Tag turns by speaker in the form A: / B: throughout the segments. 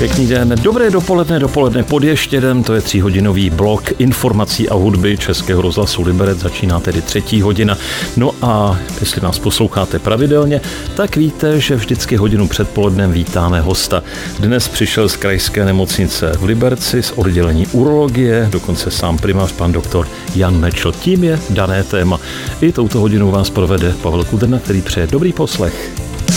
A: Pěkný den, dobré dopoledne pod ještědem, to je 3hodinový blok informací a hudby Českého rozhlasu Liberec, začíná tedy 3. hodina. No a jestli nás posloucháte pravidelně, tak víte, že vždycky hodinu před polednem vítáme hosta. Dnes přišel z krajské nemocnice v Liberci z oddělení urologie, dokonce sám primář pan doktor Jan Mečl. Tím je dané téma. I touto hodinou vás provede Pavel Kudrna, který přeje dobrý poslech.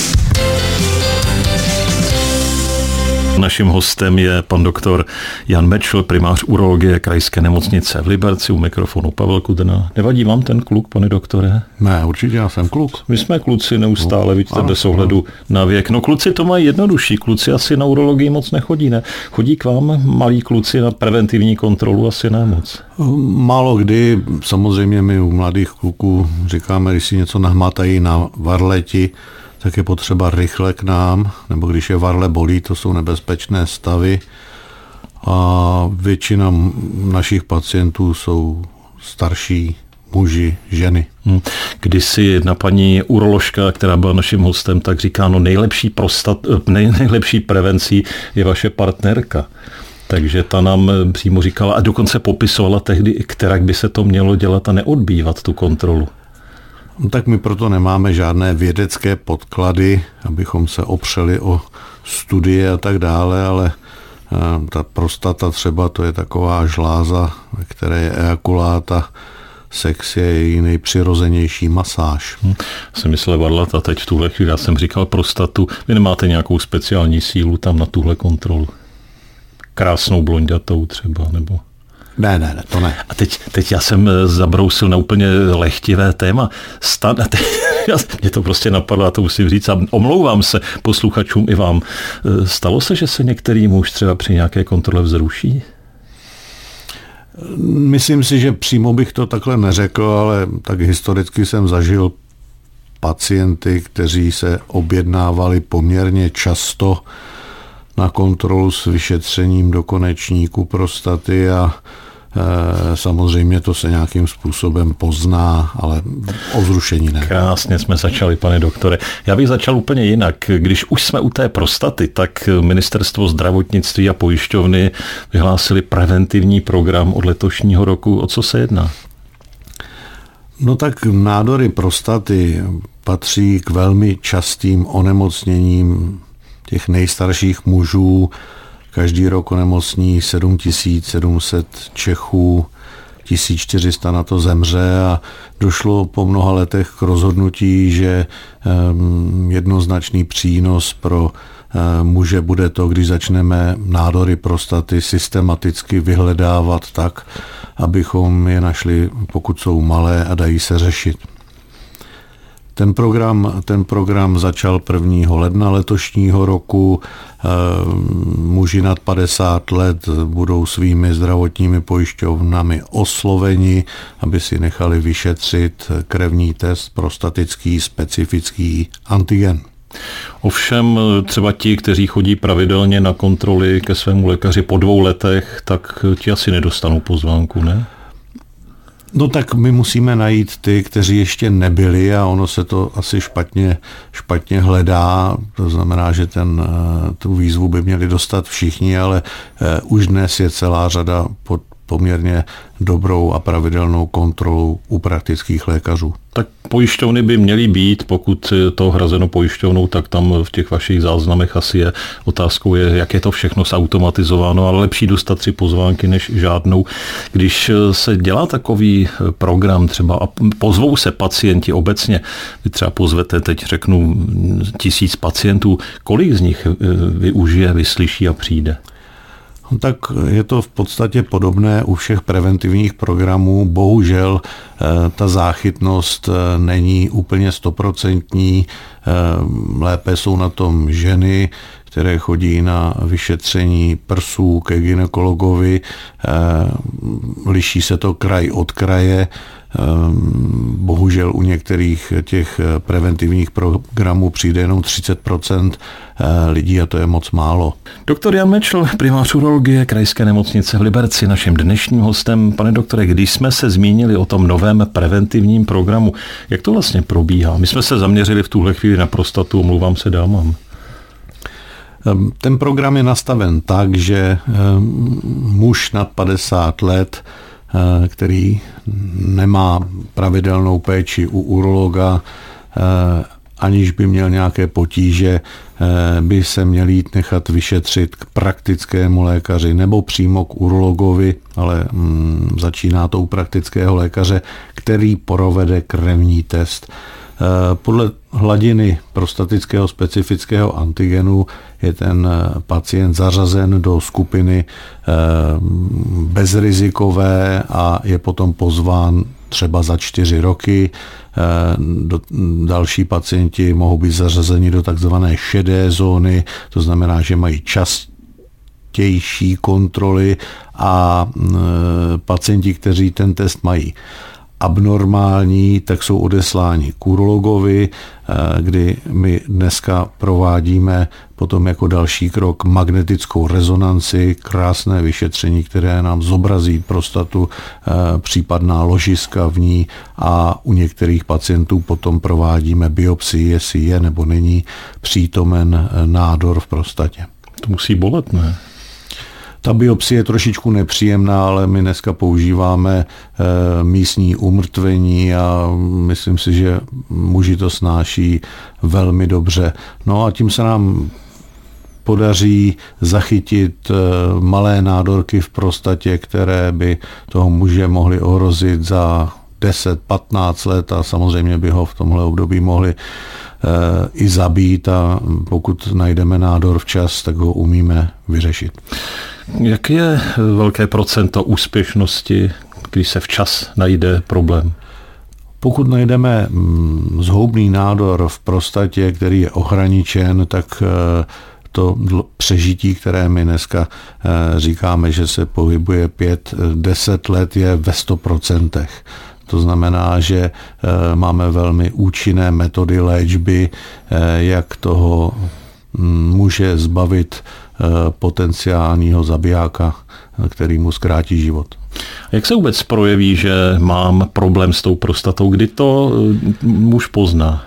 A: Naším hostem je pan doktor Jan Mečl, primář urologie krajské nemocnice v Liberci, u mikrofonu Pavel Kudrna. Nevadí vám ten kluk, pane doktore?
B: Ne, určitě, já jsem kluk.
A: My jsme kluci neustále, vidíte, bez ohledu na věk. No kluci to mají jednodušší, kluci asi na urologii moc nechodí, ne? Chodí k vám malí kluci na preventivní kontrolu, asi ne moc?
B: Málo kdy, samozřejmě my u mladých kluků říkáme, když si něco nahmatají na varleti, tak je potřeba rychle k nám, nebo když je varle bolí, to jsou nebezpečné stavy a většina našich pacientů jsou starší muži, ženy.
A: Kdysi jedna paní uroložka, která byla naším hostem, tak říká, no nejlepší prevencí je vaše partnerka. Takže ta nám přímo říkala a dokonce popisovala tehdy, kterak by se to mělo dělat a neodbývat tu kontrolu.
B: No tak my proto nemáme žádné vědecké podklady, abychom se opřeli o studie a tak dále, ale ta prostata třeba to je taková žláza, ve které je ejakulát a sex je její nejpřirozenější masáž.
A: Jsem myslel varlat a teď v tuhle chvíli, já jsem říkal prostatu, vy nemáte nějakou speciální sílu tam na tuhle kontrolu? Krásnou blonďatou třeba, nebo...
B: Ne, to ne.
A: A teď já jsem zabrousil na úplně lehtivé téma. Mě to prostě napadlo, a to musím říct, a omlouvám se posluchačům i vám. Stalo se, že se některý muž třeba při nějaké kontrole vzruší?
B: Myslím si, že přímo bych to takhle neřekl, ale tak historicky jsem zažil pacienty, kteří se objednávali poměrně často na kontrolu s vyšetřením do konečníku prostaty a samozřejmě to se nějakým způsobem pozná, ale o vzrušení ne.
A: Krásně jsme začali, pane doktore. Já bych začal úplně jinak. Když už jsme u té prostaty, tak Ministerstvo zdravotnictví a pojišťovny vyhlásili preventivní program od letošního roku. O co se jedná?
B: No tak nádory prostaty patří k velmi častým onemocněním těch nejstarších mužů. Každý rok onemocní 7700 Čechů, 1400 na to zemře a došlo po mnoha letech k rozhodnutí, že jednoznačný přínos pro muže bude to, když začneme nádory prostaty systematicky vyhledávat tak, abychom je našli, pokud jsou malé a dají se řešit. Ten program začal 1. ledna letošního roku. Muži nad 50 let budou svými zdravotními pojišťovnami osloveni, aby si nechali vyšetřit krevní test prostatický specifický antigen.
A: Ovšem třeba ti, kteří chodí pravidelně na kontroly ke svému lékaři po 2 letech, tak ti asi nedostanou pozvánku, ne?
B: No tak my musíme najít ty, kteří ještě nebyli a ono se to asi špatně hledá. To znamená, že tu výzvu by měli dostat všichni, ale už dnes je celá řada pod poměrně dobrou a pravidelnou kontrolou u praktických lékařů.
A: Tak pojišťovny by měly být, pokud to hrazeno pojišťovnou, tak tam v těch vašich záznamech asi je. Otázkou je, jak je to všechno zautomatizováno, ale lepší dostat 3 pozvánky než žádnou. Když se dělá takový program třeba a pozvou se pacienti obecně, vy třeba pozvete, teď řeknu 1000 pacientů, kolik z nich využije, vyslyší a přijde?
B: Tak je to v podstatě podobné u všech preventivních programů. Bohužel ta záchytnost není úplně 100%. Lépe jsou na tom ženy, které chodí na vyšetření prsů ke gynekologovi. Liší se to kraj od kraje. Bohužel u některých těch preventivních programů přijde jenom 30% lidí a to je moc málo.
A: Doktor Jan Mečl, primář urologie krajské nemocnice v Liberci, naším dnešním hostem. Pane doktore, když jsme se zmínili o tom novém preventivním programu, jak to vlastně probíhá? My jsme se zaměřili v tuhle chvíli na prostatu, omlouvám se dámám.
B: Ten program je nastaven tak, že muž nad 50 let, který nemá pravidelnou péči u urologa, aniž by měl nějaké potíže, by se měl jít nechat vyšetřit k praktickému lékaři nebo přímo k urologovi, ale začíná to u praktického lékaře, který provede krevní test. Podle hladiny prostatického specifického antigenu je ten pacient zařazen do skupiny bezrizikové a je potom pozván třeba za 4 roky. Další pacienti mohou být zařazeni do takzvané šedé zóny, to znamená, že mají častější kontroly a pacienti, kteří ten test mají abnormální, tak jsou odesláni k urologovi, kdy my dneska provádíme potom jako další krok magnetickou rezonanci, krásné vyšetření, které nám zobrazí prostatu, případná ložiska v ní a u některých pacientů potom provádíme biopsii, jestli je nebo není přítomen nádor v prostatě.
A: To musí bolet, ne?
B: Ta biopsie je trošičku nepříjemná, ale my dneska používáme místní umrtvení a myslím si, že muži to snáší velmi dobře. No a tím se nám podaří zachytit malé nádorky v prostatě, které by toho muže mohly ohrozit za 10-15 let a samozřejmě by ho v tomhle období mohli i zabít a pokud najdeme nádor včas, tak ho umíme vyřešit.
A: Jak je velké procento úspěšnosti, když se včas najde problém?
B: Pokud najdeme zhoubný nádor v prostatě, který je ohraničen, tak to přežití, které my dneska říkáme, že se pohybuje 5-10 let, je ve 100%. To znamená, že máme velmi účinné metody léčby, jak toho může zbavit potenciálního zabijáka, který mu zkrátí život.
A: Jak se vůbec projeví, že mám problém s tou prostatou? Kdy to muž pozná?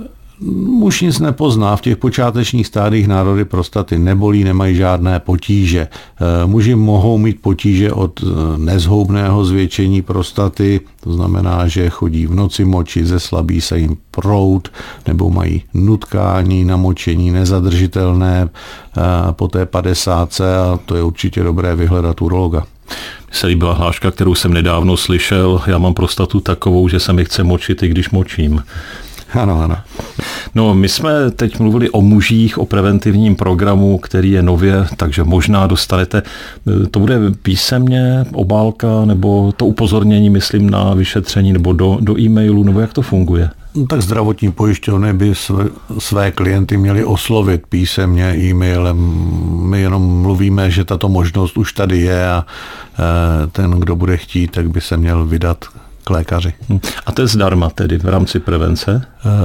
B: Muž nic nepozná. V těch počátečních stádiích nádory prostaty nebolí, nemají žádné potíže. Muži mohou mít potíže od nezhoubného zvětšení prostaty, to znamená, že chodí v noci moči, zeslabí se jim proud, nebo mají nutkání, namočení nezadržitelné po té 50 a to je určitě dobré vyhledat urologa.
A: Mně se líbila hláška, kterou jsem nedávno slyšel. Já mám prostatu takovou, že se mi chce močit, i když močím.
B: Ano.
A: No, my jsme teď mluvili o mužích, o preventivním programu, který je nově, takže možná dostanete, to bude písemně, obálka, nebo to upozornění, myslím, na vyšetření, nebo do e-mailu, nebo jak to funguje?
B: No, tak zdravotní pojišťovny by své klienty měli oslovit písemně, e-mailem. My jenom mluvíme, že tato možnost už tady je a ten, kdo bude chtít, tak by se měl vydat k lékaři.
A: A to je zdarma tedy v rámci prevence?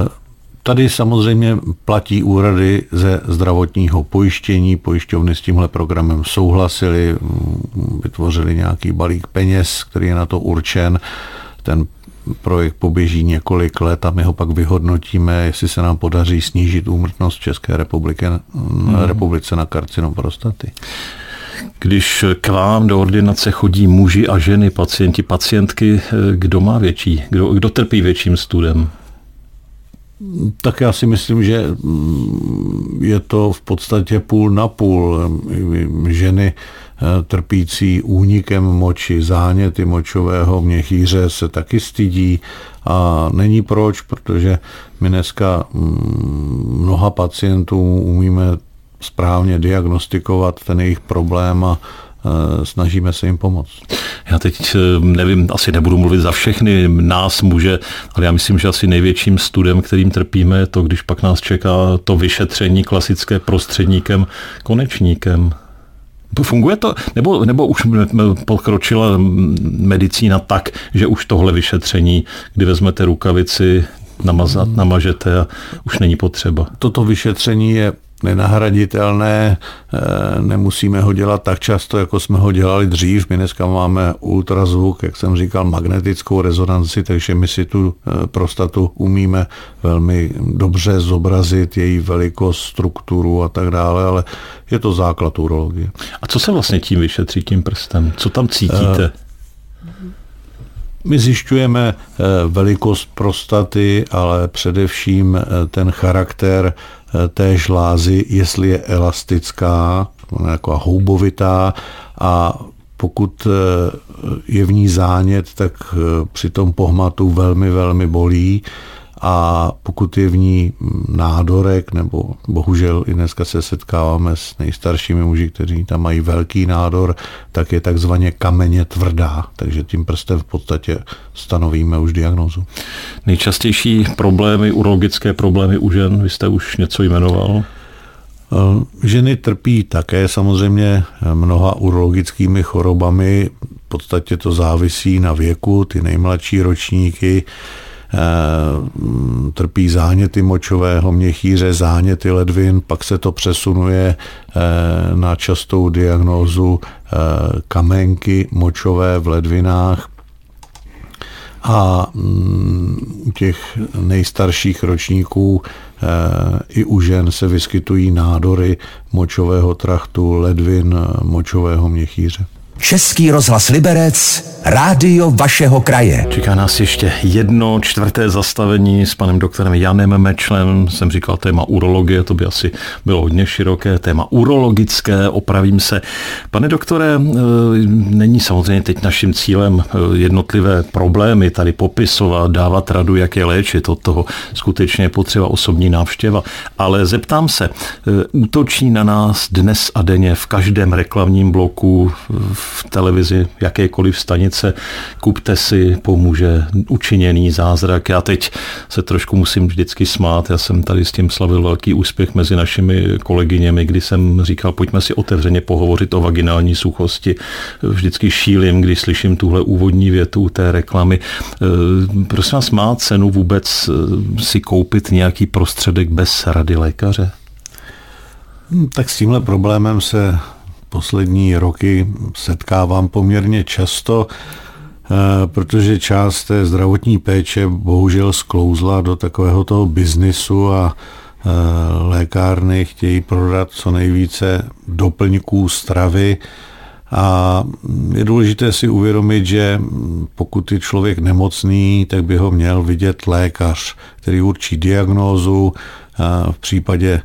B: Tady samozřejmě platí úhrady ze zdravotního pojištění. Pojišťovny s tímhle programem souhlasili, vytvořili nějaký balík peněz, který je na to určen. Ten projekt poběží několik let a my ho pak vyhodnotíme, jestli se nám podaří snížit úmrtnost v České republice na karcinom prostaty.
A: Když k vám do ordinace chodí muži a ženy, pacienti, pacientky, kdo má větší, kdo trpí větším studem?
B: Tak já si myslím, že je to v podstatě půl na půl. Ženy trpící únikem moči, záněty močového měchýře se taky stydí a není proč, protože my dneska mnoha pacientů umíme správně diagnostikovat ten jejich problém a snažíme se jim pomoct.
A: Já teď nevím, asi nebudu mluvit za všechny nás muže, ale já myslím, že asi největším studem, kterým trpíme, je to, když pak nás čeká to vyšetření klasické prostředníkem, konečníkem. To funguje to? Nebo už pokročila medicína tak, že už tohle vyšetření, kdy vezmete rukavici, namažete a už není potřeba.
B: Toto vyšetření je nenahraditelné, nemusíme ho dělat tak často, jako jsme ho dělali dřív. My dneska máme ultrazvuk, jak jsem říkal, magnetickou rezonanci, takže my si tu prostatu umíme velmi dobře zobrazit, její velikost, strukturu a tak dále, ale je to základ urologie.
A: A co se vlastně tím vyšetří, tím prstem? Co tam cítíte?
B: My zjišťujeme velikost prostaty, ale především ten charakter té žlázy, jestli je elastická, jako houbovitá, a pokud je v ní zánět, tak při tom pohmatu velmi, velmi bolí, a pokud je v ní nádorek, nebo bohužel i dneska se setkáváme s nejstaršími muži, kteří tam mají velký nádor, tak je takzvaně kamenně tvrdá, takže tím prstem v podstatě stanovíme už diagnózu.
A: Nejčastější problémy, urologické problémy u žen, vy jste už něco jmenoval?
B: Ženy trpí také samozřejmě mnoha urologickými chorobami, v podstatě to závisí na věku, ty nejmladší ročníky trpí záněty močového měchýře, záněty ledvin, pak se to přesunuje na častou diagnózu kamenky močové v ledvinách, a u těch nejstarších ročníků i u žen se vyskytují nádory močového trachtu, ledvin, močového měchýře.
C: Český rozhlas Liberec, rádio vašeho kraje.
A: Čeká nás ještě jedno čtvrté zastavení s panem doktorem Janem Mečlem. Jsem říkal téma urologie, to by asi bylo hodně široké, téma urologické, opravím se. Pane doktore, není samozřejmě teď naším cílem jednotlivé problémy tady popisovat, dávat radu, jak je léčit, od toho skutečně je potřeba osobní návštěva, ale zeptám se, útočí na nás dnes a denně v každém reklamním bloku, v televizi, jakékoliv stanice, kupte si, pomůže učiněný zázrak. Já teď se trošku musím vždycky smát, já jsem tady s tím slavil velký úspěch mezi našimi kolegyněmi, kdy jsem říkal, pojďme si otevřeně pohovořit o vaginální suchosti. Vždycky šílim, když slyším tuhle úvodní větu té reklamy. Prosím vás, má cenu vůbec si koupit nějaký prostředek bez rady lékaře?
B: Tak s tímhle problémem se poslední roky setkávám poměrně často, protože část té zdravotní péče bohužel sklouzla do takového toho biznisu a lékárny chtějí prodat co nejvíce doplňků stravy, a je důležité si uvědomit, že pokud je člověk nemocný, tak by ho měl vidět lékař, který určí diagnózu, v případě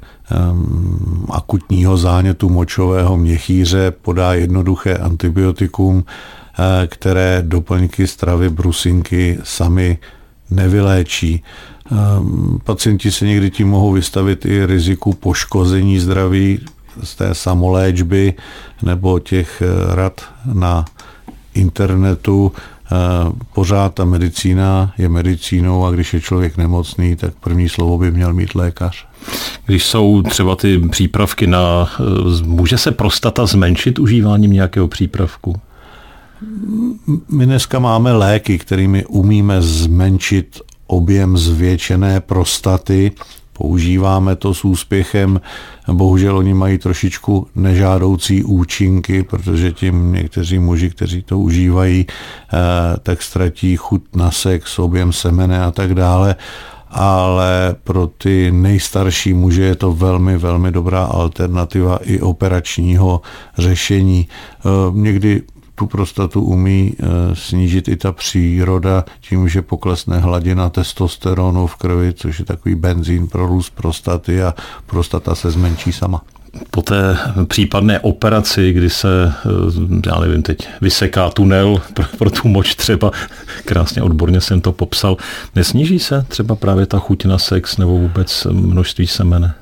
B: akutního zánětu močového měchýře podá jednoduché antibiotikum, které doplňky stravy, brusinky sami nevyléčí. Pacienti se někdy tím mohou vystavit i riziku poškození zdraví z té samoléčby nebo těch rad na internetu. Pořád ta medicína je medicínou, a když je člověk nemocný, tak první slovo by měl mít lékař.
A: Když jsou třeba ty přípravky může se prostata zmenšit užíváním nějakého přípravku?
B: My dneska máme léky, kterými umíme zmenšit objem zvětšené prostaty. Používáme to s úspěchem. Bohužel oni mají trošičku nežádoucí účinky, protože tím někteří muži, kteří to užívají, tak ztratí chuť na sex, objem semene a tak dále. Ale pro ty nejstarší muže je to velmi, velmi dobrá alternativa i operačního řešení. Někdy tu prostatu umí snížit i ta příroda tím, že poklesne hladina testosteronu v krvi, což je takový benzín pro růst prostaty, a prostata se zmenší sama.
A: Po té případné operaci, kdy se, já nevím, teď vyseká tunel pro tu moč třeba, krásně odborně jsem to popsal, nesníží se třeba právě ta chuť na sex nebo vůbec množství semene?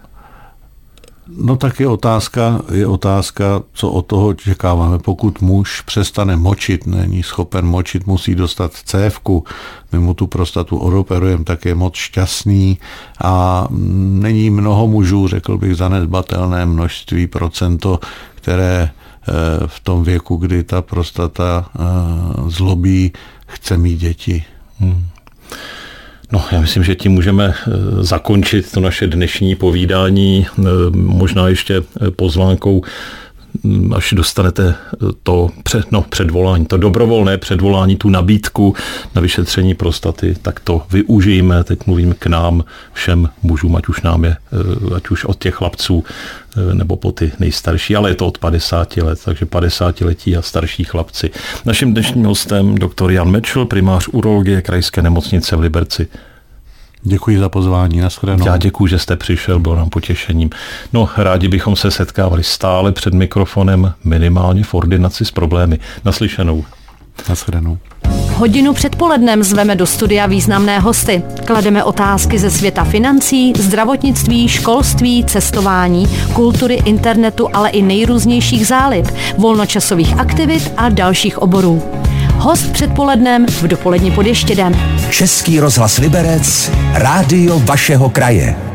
B: No tak je otázka, co od toho čekáváme. Pokud muž přestane močit, není schopen močit, musí dostat cévku, my mu tu prostatu odoperujeme, tak je moc šťastný, a není mnoho mužů, řekl bych zanedbatelné množství procento, které v tom věku, kdy ta prostata zlobí, chce mít děti.
A: No, já myslím, že tím můžeme zakončit to naše dnešní povídání, možná ještě pozvánkou, až dostanete to předvolání, to dobrovolné předvolání, tu nabídku na vyšetření prostaty, tak to využijeme. Teď mluvím k nám, všem mužům, ať už od těch chlapců, nebo po ty nejstarší, ale je to od 50 let, takže 50letí a starší chlapci. Naším dnešním hostem doktor Jan Metschel, primář urologie Krajské nemocnice v Liberci.
B: Děkuji za pozvání, nashledanou.
A: Já děkuji, že jste přišel, bylo nám potěšením. No, rádi bychom se setkávali stále před mikrofonem, minimálně v ordinaci s problémy. Naslyšenou.
B: Nashledanou.
D: Hodinu předpolednem zveme do studia významné hosty. Klademe otázky ze světa financí, zdravotnictví, školství, cestování, kultury, internetu, ale i nejrůznějších zálib, volnočasových aktivit a dalších oborů. Host předpolednem v dopoledni pod Ještědem.
C: Český rozhlas Liberec, rádio vašeho kraje.